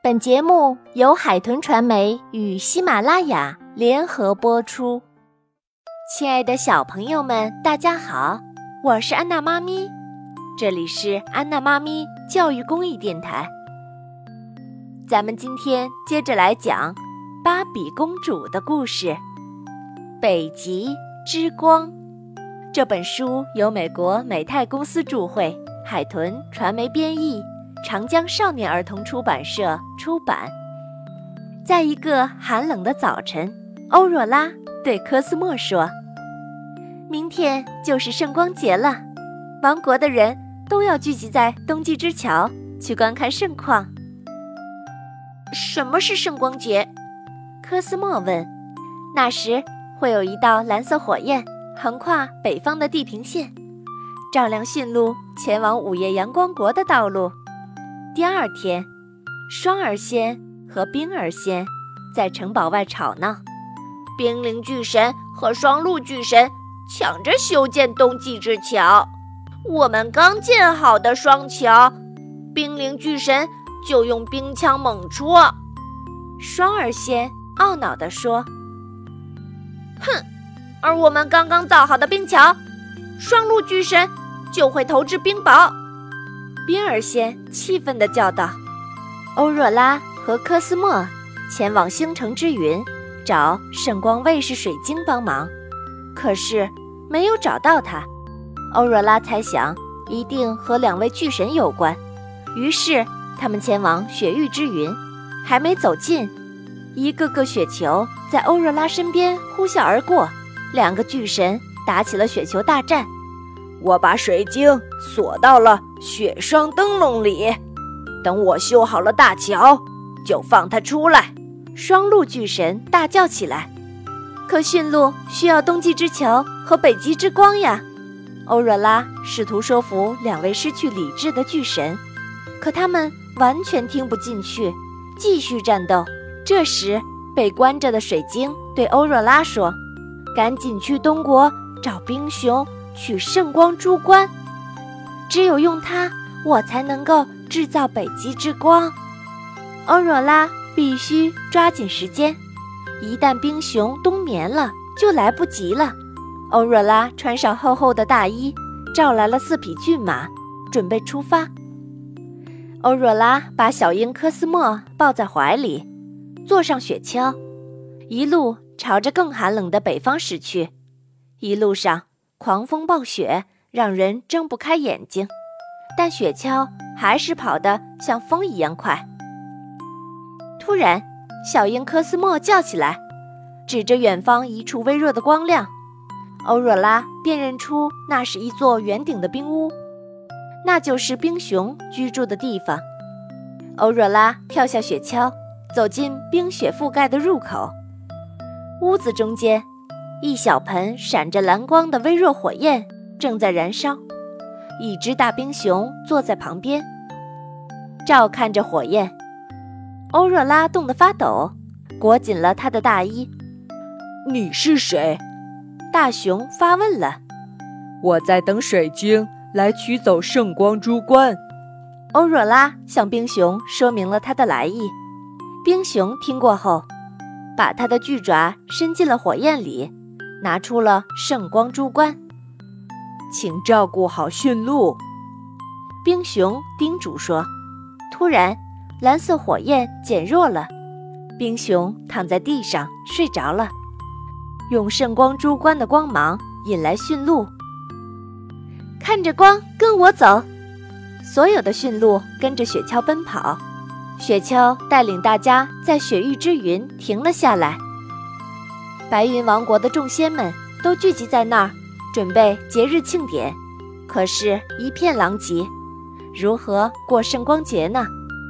本节目由海豚传媒与喜马拉雅联合播出。亲爱的小朋友们，大家好，我是安娜妈咪，这里是安娜妈咪教育公益电台。咱们今天接着来讲芭比公主的故事《北极之光》。这本书由美国美泰公司著会，海豚传媒编译，长江少年儿童出版社出版。在一个寒冷的早晨，欧若拉对科斯莫说：明天就是圣光节了，王国的人都要聚集在冬季之桥去观看盛况。什么是圣光节？科斯莫问。那时会有一道蓝色火焰横跨北方的地平线，照亮驯鹿前往午夜阳光国的道路。第二天，双儿仙和冰儿仙在城堡外吵闹，冰灵巨神和双鹿巨神抢着修建冬季之桥。我们刚建好的双桥，冰灵巨神就用冰枪猛戳。双儿仙懊恼地说：哼，而我们刚刚造好的冰桥，双鹿巨神就会投掷冰雹。冰儿仙气愤地叫道。欧若拉和科斯莫前往星城之云找圣光卫士水晶帮忙，可是没有找到他。欧若拉猜想一定和两位巨神有关，于是他们前往雪域之云。还没走近，一个个雪球在欧若拉身边呼啸而过，两个巨神打起了雪球大战。我把水晶锁到了雪霜灯笼里，等我修好了大桥就放它出来。双鹿巨神大叫起来。可驯鹿需要冬季之桥和北极之光呀！欧若拉试图说服两位失去理智的巨神，可他们完全听不进去，继续战斗。这时被关着的水晶对欧若拉说：赶紧去东国找冰熊取圣光珠冠，只有用它，我才能够制造北极之光。欧若拉必须抓紧时间，一旦冰熊冬眠了，就来不及了。欧若拉穿上厚厚的大衣，召来了4匹骏马，准备出发。欧若拉把小鹰科斯莫抱在怀里，坐上雪橇，一路朝着更寒冷的北方驶去。一路上狂风暴雪，让人睁不开眼睛，但雪橇还是跑得像风一样快。突然，小鹰科斯莫叫起来，指着远方一处微弱的光亮。欧若拉辨认出那是一座圆顶的冰屋，那就是冰熊居住的地方。欧若拉跳下雪橇，走进冰雪覆盖的入口。屋子中间，一小盆闪着蓝光的微弱火焰正在燃烧，一只大冰熊坐在旁边，照看着火焰。欧若拉冻得发抖，裹紧了他的大衣。 你是谁？ 大熊发问了。 我在等水晶来取走圣光珠冠。 欧若拉向冰熊说明了他的来意。冰熊听过后，把他的巨爪伸进了火焰里，拿出了圣光珠冠。 请照顾好驯鹿， 冰熊叮嘱说。突然，蓝色火焰减弱了，冰熊躺在地上睡着了。用圣光珠冠的光芒引来驯鹿。看着光，跟我走。所有的驯鹿跟着雪橇奔跑，雪橇带领大家在雪域之云停了下来。白云王国的众仙们都聚集在那儿，准备节日庆典，可是一片狼藉，如何过圣光节呢？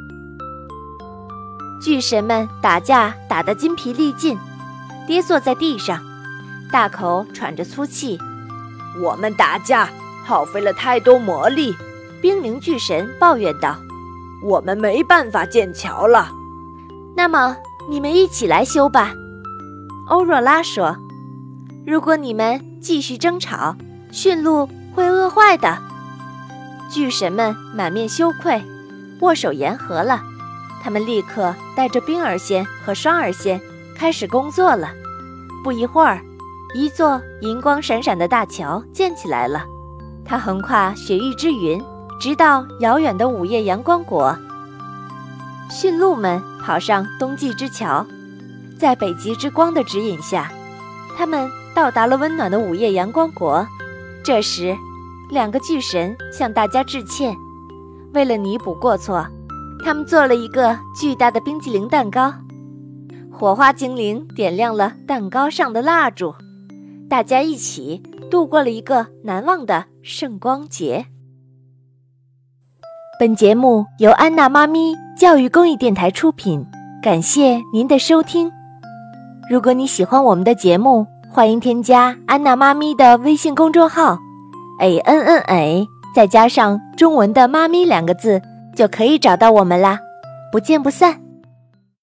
巨神们打架打得筋疲力尽，跌坐在地上，大口喘着粗气。 我们打架耗费了太多魔力， 冰灵巨神抱怨道。 我们没办法建桥了。 那么你们一起来修吧。欧若拉说。如果你们继续争吵，驯鹿会饿坏的。巨神们满面羞愧，握手言和了。 他们立刻带着冰儿仙和双儿仙开始工作了。不一会儿，一座银光闪闪的大桥建起来了，它横跨雪域之云，直到遥远的午夜阳光国。驯鹿们跑上冬季之桥，在北极之光的指引下，他们到达了温暖的午夜阳光国。这时，两个巨神向大家致歉，为了弥补过错，他们做了一个巨大的冰激凌蛋糕。火花精灵点亮了蛋糕上的蜡烛，大家一起度过了一个难忘的圣光节。本节目由安娜妈咪教育公益电台出品，感谢您的收听。如果你喜欢我们的节目，欢迎添加安娜妈咪的微信公众号 ANNA， 再加上中文的妈咪2个字，就可以找到我们啦。不见不散。